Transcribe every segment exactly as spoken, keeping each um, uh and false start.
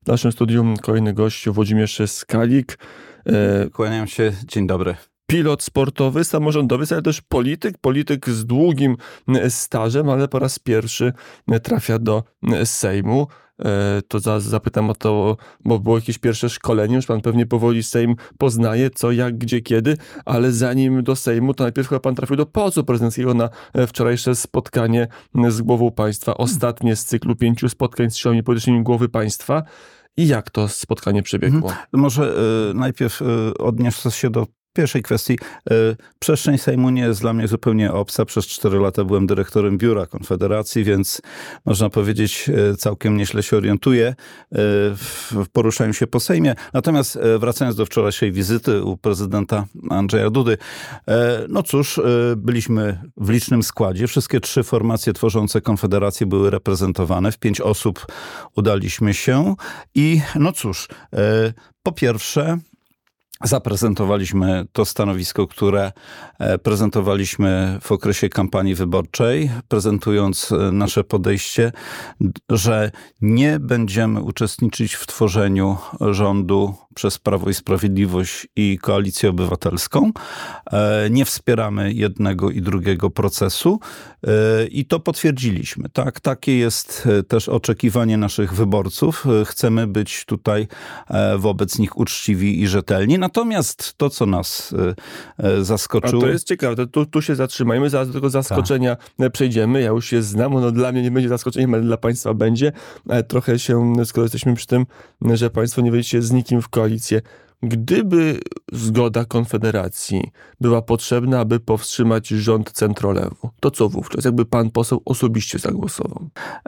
W naszym studium kolejny gość Włodzimierz Skalik. Kłaniam się, dzień dobry. Pilot sportowy, samorządowy, ale też polityk, polityk z długim stażem, ale po raz pierwszy trafia do Sejmu. To za, zapytam o to, bo było jakieś pierwsze szkolenie, już pan pewnie powoli Sejm poznaje, co, jak, gdzie, kiedy, ale zanim do Sejmu, to najpierw chyba pan trafił do Pałacu Prezydenckiego na wczorajsze spotkanie z głową państwa, ostatnie z cyklu pięciu spotkań z siłami politycznymi głowy państwa. I jak to spotkanie przebiegło? Hmm. Może y, najpierw y, odniosę się do pierwszej kwestii. Przestrzeń Sejmu nie jest dla mnie zupełnie obca. Przez cztery lata byłem dyrektorem biura Konfederacji, więc można powiedzieć całkiem nieźle się orientuję, poruszałem się po Sejmie. Natomiast wracając do wczorajszej wizyty u prezydenta Andrzeja Dudy, no cóż, byliśmy w licznym składzie. Wszystkie trzy formacje tworzące Konfederację były reprezentowane. W pięć osób udaliśmy się i no cóż, po pierwsze zaprezentowaliśmy to stanowisko, które prezentowaliśmy w okresie kampanii wyborczej, prezentując nasze podejście, że nie będziemy uczestniczyć w tworzeniu rządu przez Prawo i Sprawiedliwość i Koalicję Obywatelską. Nie wspieramy jednego i drugiego procesu i to potwierdziliśmy. Tak, takie jest też oczekiwanie naszych wyborców. Chcemy być tutaj wobec nich uczciwi i rzetelni. Natomiast to, co nas zaskoczyło... A to jest ciekawe, tu, tu się zatrzymajmy, zaraz do tego zaskoczenia tak. przejdziemy. Ja już się znam, no dla mnie nie będzie zaskoczeniem, ale dla państwa będzie. Trochę się, skoro jesteśmy przy tym, że państwo nie wejdziecie z nikim w koalicję. Gdyby zgoda Konfederacji była potrzebna, aby powstrzymać rząd centrolewu, to co wówczas? Jakby pan poseł osobiście zagłosował?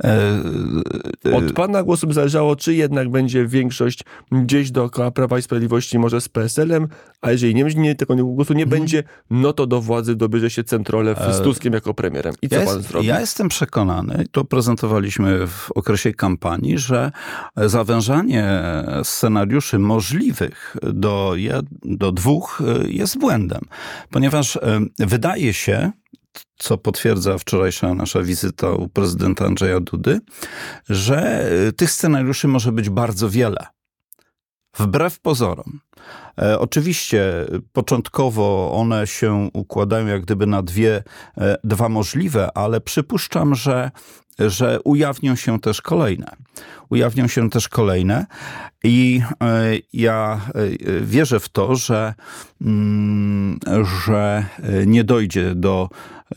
Od pana głosu by zależało, czy jednak będzie większość gdzieś dookoła Prawa i Sprawiedliwości, może z P S L-em, a jeżeli nie będzie tego głosu nie hmm. będzie, no to do władzy dobierze się centrolew z Tuskiem jako premierem. I co ja pan jest, zrobi? Ja jestem przekonany, to prezentowaliśmy w okresie kampanii, że zawężanie scenariuszy możliwych do, do dwóch jest błędem, ponieważ wydaje się, co potwierdza wczorajsza nasza wizyta u prezydenta Andrzeja Dudy, że tych scenariuszy może być bardzo wiele. Wbrew pozorom. E, oczywiście początkowo one się układają jak gdyby na dwie, e, dwa możliwe, ale przypuszczam, że, że ujawnią się też kolejne. Ujawnią się też kolejne i e, ja e, wierzę w to, że, mm, że nie dojdzie do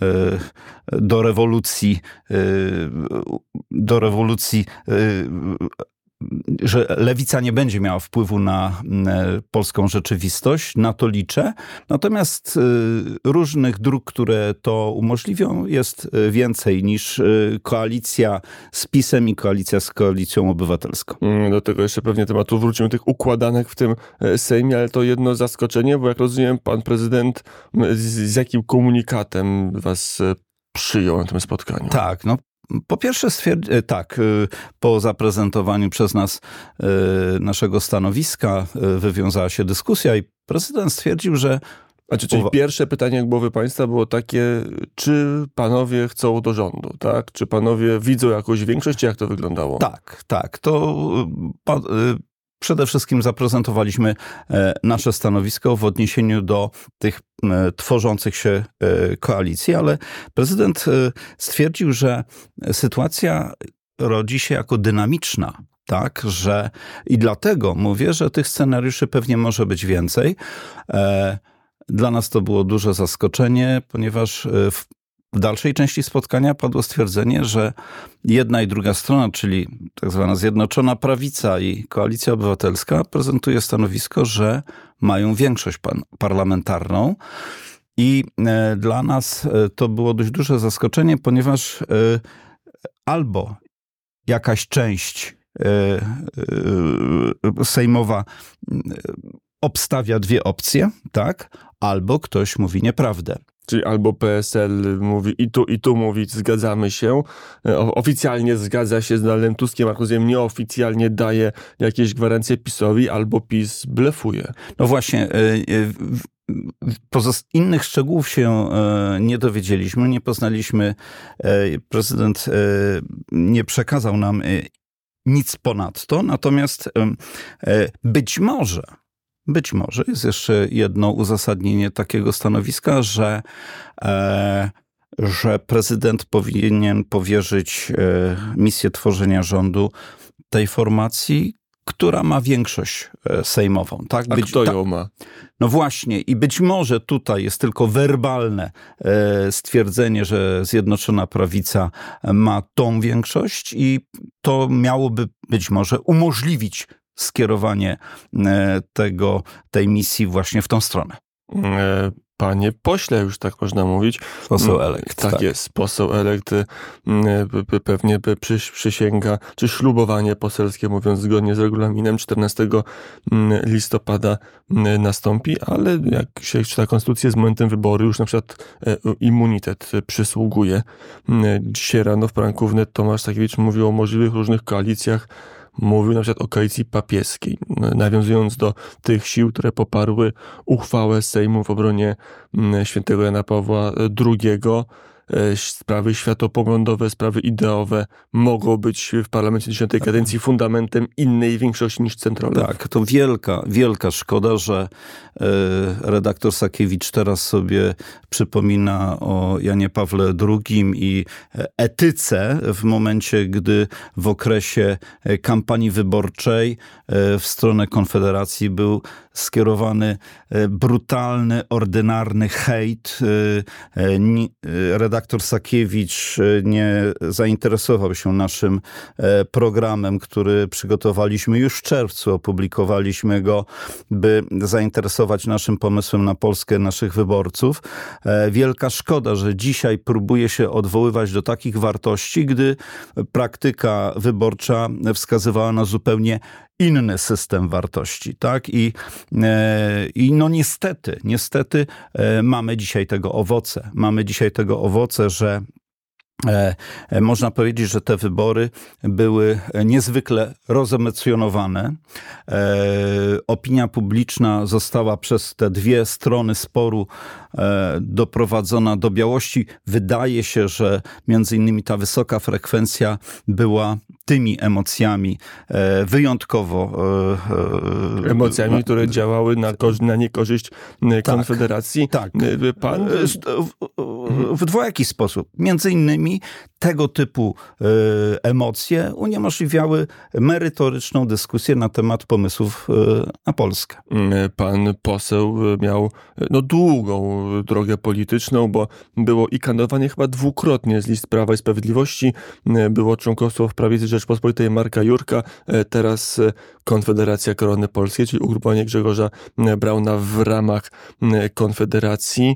e, do rewolucji e, do rewolucji e, że lewica nie będzie miała wpływu na polską rzeczywistość, na to liczę. Natomiast różnych dróg, które to umożliwią, jest więcej niż koalicja z PiS-em i koalicja z Koalicją Obywatelską. Do tego jeszcze pewnie tematu wrócimy, tych układanek w tym Sejmie, ale to jedno zaskoczenie, bo jak rozumiem, pan prezydent z, z jakim komunikatem was przyjął na tym spotkaniu? Tak, no. Po pierwsze, stwierdzi, tak, po zaprezentowaniu przez nas naszego stanowiska wywiązała się dyskusja i prezydent stwierdził, że... Znaczy, czyli Uwa- pierwsze pytanie głowy państwa było takie, czy panowie chcą do rządu, tak? Czy panowie widzą jakąś większość, jak to wyglądało? Tak, tak. To pa, przede wszystkim zaprezentowaliśmy nasze stanowisko w odniesieniu do tych tworzących się koalicji, ale prezydent stwierdził, że sytuacja rodzi się jako dynamiczna, tak, że i dlatego mówię, że tych scenariuszy pewnie może być więcej. Dla nas to było duże zaskoczenie, ponieważ w W dalszej części spotkania padło stwierdzenie, że jedna i druga strona, czyli tak zwana Zjednoczona Prawica i Koalicja Obywatelska, prezentuje stanowisko, że mają większość pan- parlamentarną. I e, dla nas e, to było dość duże zaskoczenie, ponieważ e, albo jakaś część e, e, sejmowa e, obstawia dwie opcje, tak, albo ktoś mówi nieprawdę. Czyli albo P S L mówi i tu, i tu mówi, zgadzamy się, o, oficjalnie zgadza się z Donaldem Tuskiem, a rozumiem, nieoficjalnie daje jakieś gwarancje PiS-owi, albo PiS blefuje. No właśnie, poza innych szczegółów się nie dowiedzieliśmy, nie poznaliśmy, prezydent nie przekazał nam nic ponadto. Natomiast być może, być może jest jeszcze jedno uzasadnienie takiego stanowiska, że, że prezydent powinien powierzyć misję tworzenia rządu tej formacji, która ma większość sejmową. Tak? A Być, kto ta, ją ma? No właśnie i być może tutaj jest tylko werbalne e, stwierdzenie, że Zjednoczona Prawica ma tą większość i to miałoby być może umożliwić skierowanie e, tego, tej misji właśnie w tą stronę. E, Panie pośle, już tak można mówić. Poseł elekt. Tak, tak jest, poseł elekt pewnie przy, przysięga, czy ślubowanie poselskie, mówiąc zgodnie z regulaminem, czternastego listopada nastąpi, ale jak się czyta konstytucję, z momentem wyboru już na przykład immunitet przysługuje. Dzisiaj rano w poranku wnet Tomasz Sakiewicz mówił o możliwych różnych koalicjach. Mówił na przykład o koalicji papieskiej, nawiązując do tych sił, które poparły uchwałę Sejmu w obronie świętego Jana Pawła drugiego. Sprawy światopoglądowe, sprawy ideowe mogą być w parlamencie dziesiątej kadencji fundamentem innej większości niż centralnej. Tak, to wielka, wielka szkoda, że redaktor Sakiewicz teraz sobie przypomina o Janie Pawle drugim i etyce w momencie, gdy w okresie kampanii wyborczej w stronę Konfederacji był skierowany brutalny, ordynarny hejt. Redaktor Sakiewicz nie zainteresował się naszym programem, który przygotowaliśmy już w czerwcu. Opublikowaliśmy go, by zainteresować naszym pomysłem na Polskę naszych wyborców. Wielka szkoda, że dzisiaj próbuje się odwoływać do takich wartości, gdy praktyka wyborcza wskazywała na zupełnie inny system wartości, tak? I, i no niestety, niestety mamy dzisiaj tego owoce. Mamy dzisiaj tego owoce, że E, można powiedzieć, że te wybory były niezwykle rozemocjonowane. E, opinia publiczna została przez te dwie strony sporu e, doprowadzona do białości. Wydaje się, że między innymi ta wysoka frekwencja była tymi emocjami e, wyjątkowo... E, emocjami, które działały na, na niekorzyść Konfederacji. Tak, tak. Pan... W, w dwojaki sposób. Między innymi tego typu y, emocje uniemożliwiały merytoryczną dyskusję na temat pomysłów y, na Polskę. Pan poseł miał no, długą drogę polityczną, bo było i kandydowanie chyba dwukrotnie z list Prawa i Sprawiedliwości. Było członkostwo w Prawicy Rzeczpospolitej Marka Jurka, teraz Konfederacja Korony Polskiej, czyli ugrupowanie Grzegorza Brauna w ramach Konfederacji.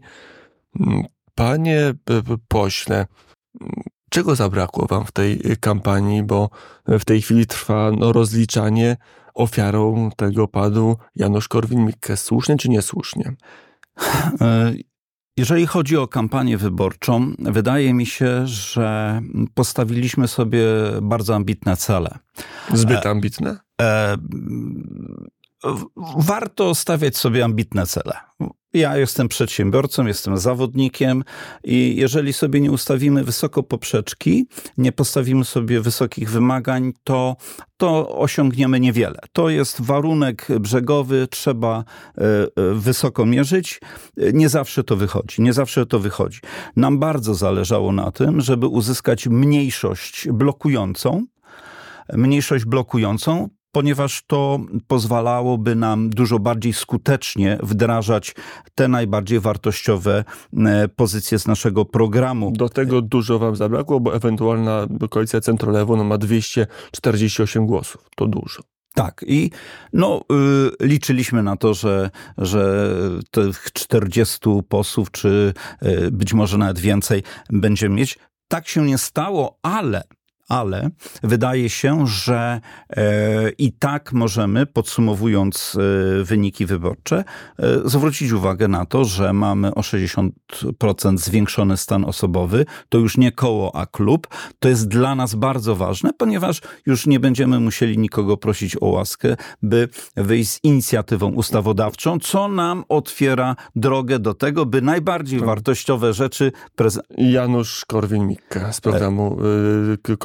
Panie pośle, czego zabrakło wam w tej kampanii, bo w tej chwili trwa no, rozliczanie. Ofiarą tego padł Janusz Korwin-Mikke. Słusznie czy niesłusznie? Jeżeli chodzi o kampanię wyborczą, wydaje mi się, że postawiliśmy sobie bardzo ambitne cele. Zbyt ambitne? E, e, warto stawiać sobie ambitne cele. Ja jestem przedsiębiorcą, jestem zawodnikiem i jeżeli sobie nie ustawimy wysoko poprzeczki, nie postawimy sobie wysokich wymagań, to, to osiągniemy niewiele. To jest warunek brzegowy, trzeba wysoko mierzyć. Nie zawsze to wychodzi, nie zawsze to wychodzi. Nam bardzo zależało na tym, żeby uzyskać mniejszość blokującą, mniejszość blokującą, ponieważ to pozwalałoby nam dużo bardziej skutecznie wdrażać te najbardziej wartościowe pozycje z naszego programu. Do tego dużo wam zabrakło, bo ewentualna koalicja centrolewo no, ma dwieście czterdzieści osiem głosów. To dużo. Tak i no, y, liczyliśmy na to, że, że tych czterdziestu posłów, czy y, być może nawet więcej będziemy mieć. Tak się nie stało, ale... Ale wydaje się, że e, i tak możemy, podsumowując e, wyniki wyborcze, e, zwrócić uwagę na to, że mamy o sześćdziesiąt procent zwiększony stan osobowy. To już nie koło, a klub. To jest dla nas bardzo ważne, ponieważ już nie będziemy musieli nikogo prosić o łaskę, by wyjść z inicjatywą ustawodawczą, co nam otwiera drogę do tego, by najbardziej wartościowe rzeczy... Prez... Janusz Korwin-Mikke z programu y,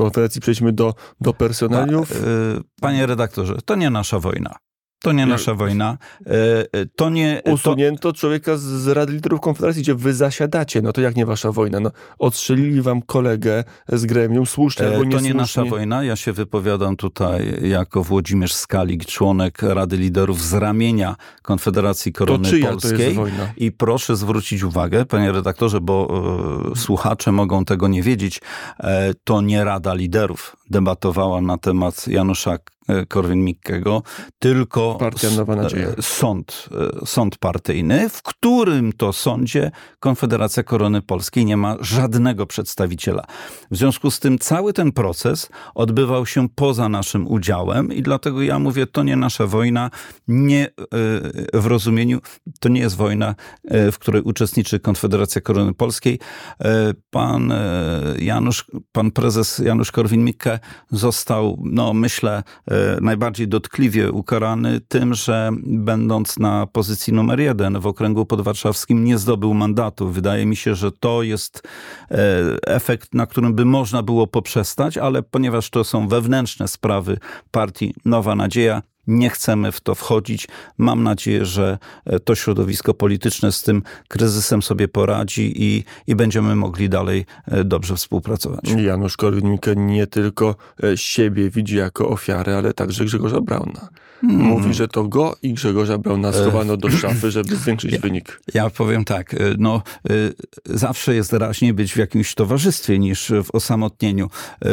Konfederacji przejdźmy do, do personaliów. Pa, y, panie redaktorze, to nie nasza wojna. To nie nasza wojna. To nie... Usunięto to... człowieka z Rady Liderów Konfederacji, gdzie wy zasiadacie. No to jak nie wasza wojna? No, odstrzelili wam kolegę z gremium, słusznie albo niesłusznie. To nie nasza wojna. Ja się wypowiadam tutaj jako Włodzimierz Skalik, członek Rady Liderów z ramienia Konfederacji Korony to czyja Polskiej. To jest wojna? I proszę zwrócić uwagę, panie redaktorze, bo e, słuchacze mogą tego nie wiedzieć, e, to nie Rada Liderów debatowała na temat Janusza Korwin-Mikkego, tylko Partia Nowa Nadzieja. Sąd, sąd partyjny, w którym to sądzie Konfederacja Korony Polskiej nie ma żadnego przedstawiciela. W związku z tym cały ten proces odbywał się poza naszym udziałem i dlatego ja mówię, to nie nasza wojna, nie w rozumieniu, to nie jest wojna, w której uczestniczy Konfederacja Korony Polskiej. Pan Janusz, pan prezes Janusz Korwin-Mikke został, no myślę, najbardziej dotkliwie ukarany tym, że będąc na pozycji numer jeden w okręgu podwarszawskim nie zdobył mandatu. Wydaje mi się, że to jest efekt, na którym by można było poprzestać, ale ponieważ to są wewnętrzne sprawy partii Nowa Nadzieja, nie chcemy w to wchodzić. Mam nadzieję, że to środowisko polityczne z tym kryzysem sobie poradzi i, i będziemy mogli dalej dobrze współpracować. Janusz Korwin-Mikke nie tylko siebie widzi jako ofiarę, ale także Grzegorza Brauna. Hmm. Mówi, że to go i Grzegorza Brauna schowano do szafy, żeby zwiększyć ja, wynik. Ja powiem tak, no zawsze jest raźniej być w jakimś towarzystwie niż w osamotnieniu.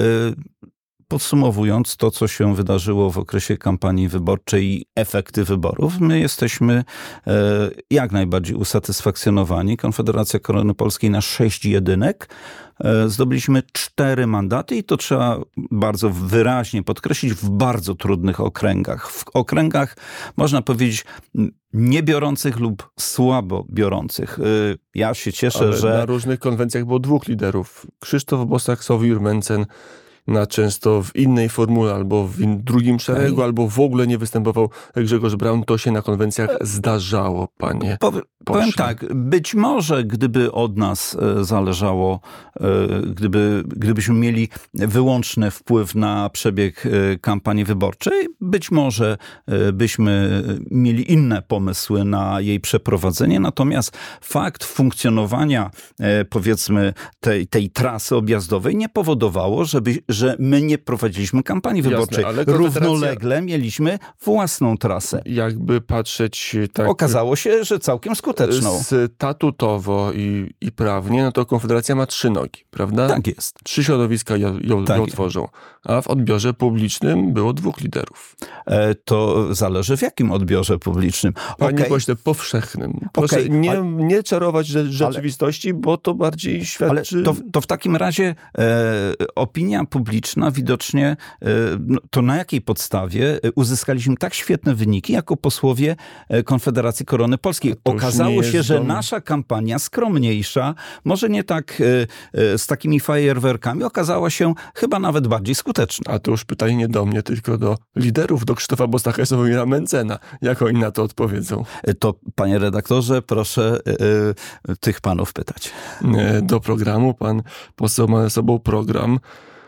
Podsumowując to, co się wydarzyło w okresie kampanii wyborczej i efekty wyborów, my jesteśmy e, jak najbardziej usatysfakcjonowani. Konfederacja Korony Polskiej na sześć jedynek. E, zdobyliśmy cztery mandaty i to trzeba bardzo wyraźnie podkreślić w bardzo trudnych okręgach. W okręgach, można powiedzieć, niebiorących lub słabo biorących. E, ja się cieszę, Ale że... na różnych konwencjach było dwóch liderów. Krzysztof Bosak, Sławomir Mencen, na często w innej formule, albo w in, drugim szeregu, Ej. albo w ogóle nie występował Grzegorz Braun. To się na konwencjach zdarzało, panie Powie, Powiem tak, być może gdyby od nas zależało, gdyby, gdybyśmy mieli wyłączny wpływ na przebieg kampanii wyborczej, być może byśmy mieli inne pomysły na jej przeprowadzenie. Natomiast fakt funkcjonowania, powiedzmy, tej, tej trasy objazdowej nie powodowało, żeby że my nie prowadziliśmy kampanii wyborczej. Jasne, ale równolegle mieliśmy własną trasę. Jakby patrzeć tak... Okazało się, że całkiem skuteczną. Statutowo i, i prawnie, no to Konfederacja ma trzy nogi, prawda? Tak jest. Trzy środowiska ją, ją, tak ją tworzą. A w odbiorze publicznym było dwóch liderów. E, to zależy w jakim odbiorze publicznym. Panie okay. pośle, powszechnym. Proszę okay, nie, ale... nie czarować rzeczywistości, ale... bo to bardziej świadczy... Ale to, to w takim razie e, opinia publiczna widocznie, no, to na jakiej podstawie uzyskaliśmy tak świetne wyniki jako posłowie Konfederacji Korony Polskiej. Okazało się, że dom... nasza kampania skromniejsza, może nie tak z takimi fajerwerkami, okazała się chyba nawet bardziej skuteczna. A to już pytanie nie do mnie, tylko do liderów, do Krzysztofa Bosaka i Sławomira Mencena. Jak oni na to odpowiedzą? To, panie redaktorze, proszę y, tych panów pytać. Do programu pan poseł ma ze sobą program.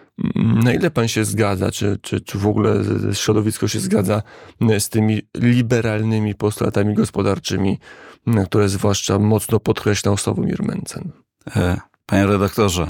Na ile pan się zgadza, czy, czy, czy w ogóle środowisko się zgadza z tymi liberalnymi postulatami gospodarczymi, które zwłaszcza mocno podkreślał Sławomir Mencen? Panie redaktorze,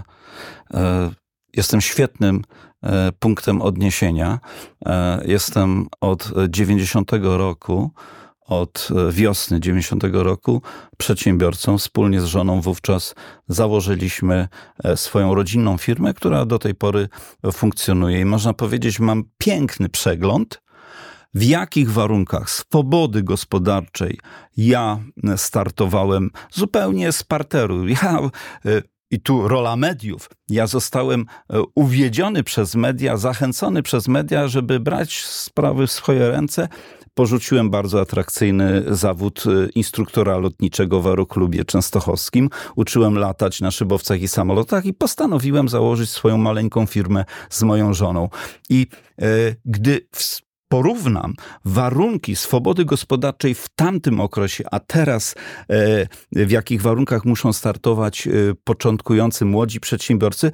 jestem świetnym punktem odniesienia. Jestem od dziewięćdziesiątego roku, od wiosny dziewięćdziesiątego roku przedsiębiorcą. Wspólnie z żoną wówczas założyliśmy swoją rodzinną firmę, która do tej pory funkcjonuje. I można powiedzieć, mam piękny przegląd, w jakich warunkach swobody gospodarczej ja startowałem zupełnie z parteru. Ja... I tu rola mediów. Ja zostałem uwiedziony przez media, zachęcony przez media, żeby brać sprawy w swoje ręce. Porzuciłem bardzo atrakcyjny zawód instruktora lotniczego w Aeroklubie Częstochowskim. Uczyłem latać na szybowcach i samolotach i postanowiłem założyć swoją maleńką firmę z moją żoną. I e, gdy w porównam warunki swobody gospodarczej w tamtym okresie, a teraz w jakich warunkach muszą startować początkujący młodzi przedsiębiorcy,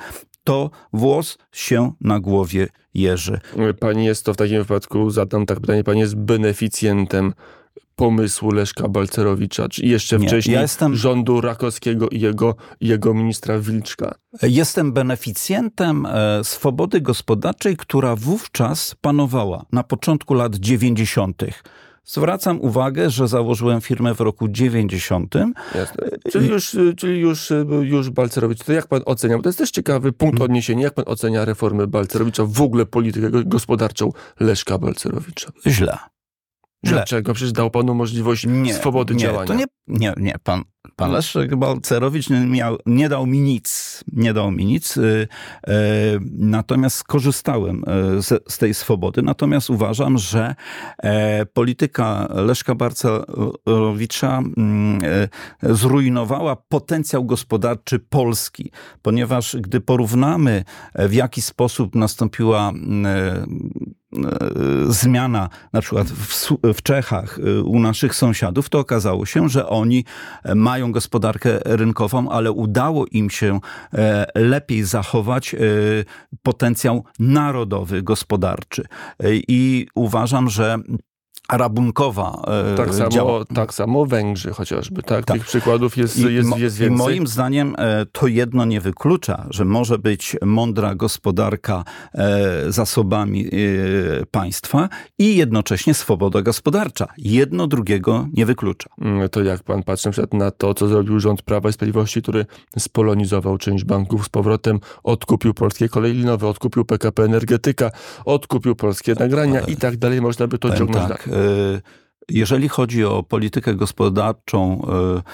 to włos się na głowie jeży. Pani jest to w takim wypadku, zadam tak pytanie, pani jest beneficjentem pomysłu Leszka Balcerowicza, czy jeszcze Nie, wcześniej ja jestem... rządu Rakowskiego i jego, i jego ministra Wilczka? Jestem beneficjentem e, swobody gospodarczej, która wówczas panowała na początku lat dziewięćdziesiątych. Zwracam uwagę, że założyłem firmę w roku dziewięćdziesiątym. Jasne. Czyli już, czyli już, już Balcerowicz. To jak pan ocenia? Bo to jest też ciekawy punkt odniesienia. Jak pan ocenia reformy Balcerowicza, w ogóle politykę gospodarczą Leszka Balcerowicza? Źle. Źle. Dlaczego? Przecież dał panu możliwość nie, swobody nie, działania. To nie, nie, nie. Pan, pan Leszek Balcerowicz nie, miał, nie dał mi nic. Nie dał mi nic. Yy, yy, natomiast skorzystałem z, z tej swobody. Natomiast uważam, że yy, polityka Leszka Balcerowicza yy, zrujnowała potencjał gospodarczy Polski. Ponieważ gdy porównamy, w jaki sposób nastąpiła yy, zmiana na przykład w, w Czechach u naszych sąsiadów, to okazało się, że oni mają gospodarkę rynkową, ale udało im się lepiej zachować potencjał narodowy, gospodarczy. I uważam, że rabunkowa tak samo, działa. tak samo Węgrzy chociażby. Tak? Tak. Tych przykładów jest, I, jest, jest więcej. I moim zdaniem to jedno nie wyklucza, że może być mądra gospodarka zasobami państwa i jednocześnie swoboda gospodarcza. Jedno drugiego nie wyklucza. To jak pan patrzy na przykład na to, co zrobił rząd Prawa i Sprawiedliwości, który spolonizował część banków z powrotem, odkupił polskie koleje linowe, odkupił P K P Energetyka, odkupił polskie nagrania i tak dalej. Można by to Powiem ciągnąć tak, dalej. Jeżeli chodzi o politykę gospodarczą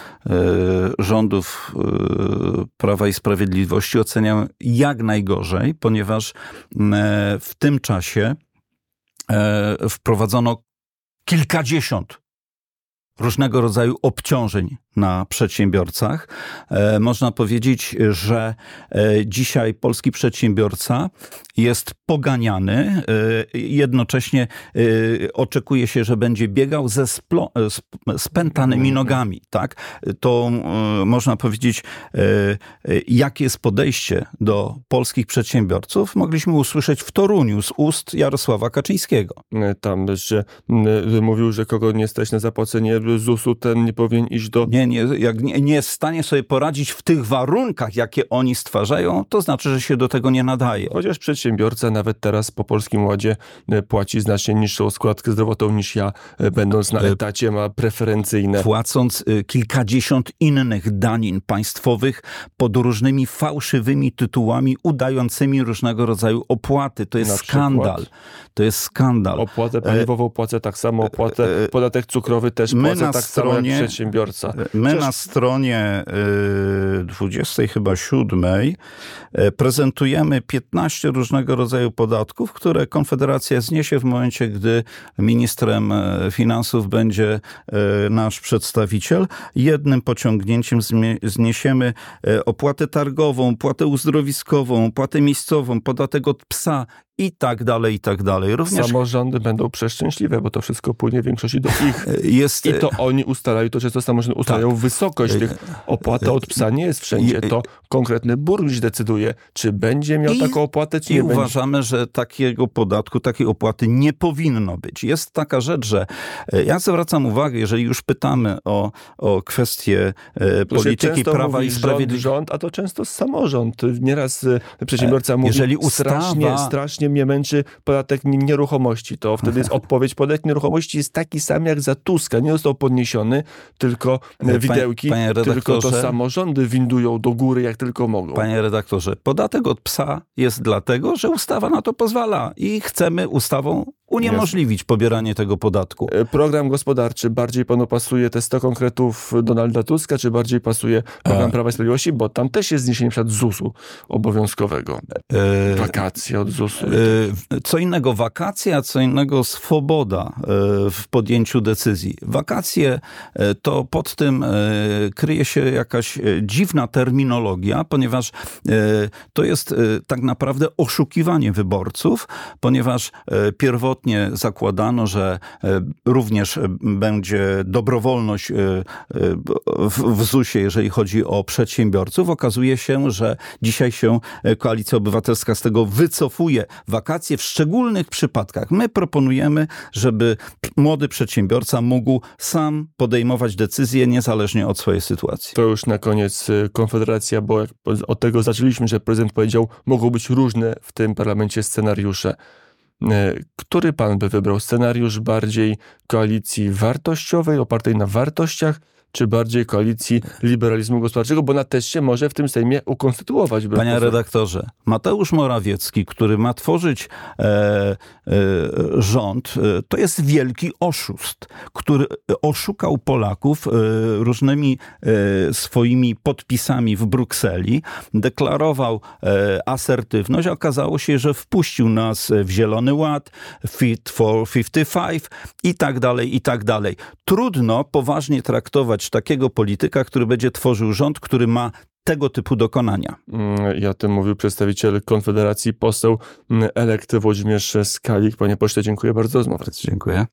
rządów Prawa i Sprawiedliwości, oceniam jak najgorzej, ponieważ w tym czasie wprowadzono kilkadziesiąt różnego rodzaju obciążeń na przedsiębiorcach. E, można powiedzieć, że e, dzisiaj polski przedsiębiorca jest poganiany, e, jednocześnie e, oczekuje się, że będzie biegał ze splo, sp, spętanymi nogami. Tak? To e, można powiedzieć, e, jakie jest podejście do polskich przedsiębiorców, mogliśmy usłyszeć w Toruniu z ust Jarosława Kaczyńskiego. Tam jeszcze mówił, że kogo nie stać na zapłacenie Z U S u, ten nie powinien iść do... Nie, nie, jak nie, nie jest w stanie sobie poradzić w tych warunkach, jakie oni stwarzają, to znaczy, że się do tego nie nadaje. Chociaż przedsiębiorca nawet teraz po Polskim Ładzie płaci znacznie niższą składkę zdrowotną niż ja, będąc na etacie, ma preferencyjne. Płacąc kilkadziesiąt innych danin państwowych pod różnymi fałszywymi tytułami, udającymi różnego rodzaju opłaty. To jest skandal. To jest skandal. Opłatę paliwową płacę tak samo, opłatę, podatek cukrowy też my płacę tak stronie, samo jak przedsiębiorca. My Przecież... na stronie dwudziestej chyba siódmej prezentujemy piętnaście różnego rodzaju podatków, które Konfederacja zniesie w momencie, gdy ministrem finansów będzie nasz przedstawiciel. Jednym pociągnięciem zniesiemy opłatę targową, opłatę uzdrowiskową, opłatę miejscową, podatek od psa i tak dalej, i tak dalej. Również... Samorządy będą przeszczęśliwe, bo to wszystko płynie w większości do ich. Jest... I to oni ustalają, to często samorządy ustalają tak. wysokość tych opłaty od psa. Nie jest wszędzie. To konkretny burmistrz decyduje, czy będzie miał I, taką opłatę, czy i nie uważamy, będzie. że takiego podatku, takiej opłaty nie powinno być. Jest taka rzecz, że ja zwracam uwagę, jeżeli już pytamy o, o kwestie polityki Prawa i Sprawiedliwości. Rząd, rząd, a to często samorząd. Nieraz przedsiębiorca mówi, jeżeli ustawa... strasznie, strasznie mnie męczy podatek nieruchomości. To wtedy jest odpowiedź. Podatek nieruchomości jest taki sam jak za Tuska. Nie został podniesiony, tylko widełki, panie, panie tylko to samorządy windują do góry jak tylko mogą. Panie redaktorze, podatek od psa jest dlatego, że ustawa na to pozwala i chcemy ustawą uniemożliwić pobieranie tego podatku. Program gospodarczy bardziej panu pasuje te sto konkretów Donalda Tuska, czy bardziej pasuje program Prawa i Sprawiedliwości? Bo tam też jest zniesienie np. Z U S u obowiązkowego. E... Wakacje od Z U S u. E... Co innego wakacje, a co innego swoboda w podjęciu decyzji. Wakacje to pod tym kryje się jakaś dziwna terminologia, ponieważ to jest tak naprawdę oszukiwanie wyborców, ponieważ pierwotnie pierwotnie zakładano, że również będzie dobrowolność w zusie, jeżeli chodzi o przedsiębiorców. Okazuje się, że dzisiaj się Koalicja Obywatelska z tego wycofuje. Wakacje w szczególnych przypadkach. My proponujemy, żeby młody przedsiębiorca mógł sam podejmować decyzje niezależnie od swojej sytuacji. To już na koniec Konfederacja, bo jak od tego zaczęliśmy, że prezydent powiedział, mogą być różne w tym parlamencie scenariusze. Który pan by wybrał? Scenariusz bardziej koalicji wartościowej, opartej na wartościach, czy bardziej koalicji liberalizmu gospodarczego, bo ona też się może w tym Sejmie ukonstytuować. Panie redaktorze, Mateusz Morawiecki, który ma tworzyć e, e, rząd, e, to jest wielki oszust, który oszukał Polaków e, różnymi e, swoimi podpisami w Brukseli, deklarował e, asertywność, a okazało się, że wpuścił nas w Zielony Ład, Fit for pięćdziesiąt pięć i tak dalej, i tak dalej. Trudno poważnie traktować takiego polityka, który będzie tworzył rząd, który ma tego typu dokonania. I o tym mówił przedstawiciel Konfederacji, poseł elekt Włodzimierz Skalik. Panie pośle, dziękuję bardzo za rozmowę. Dziękuję.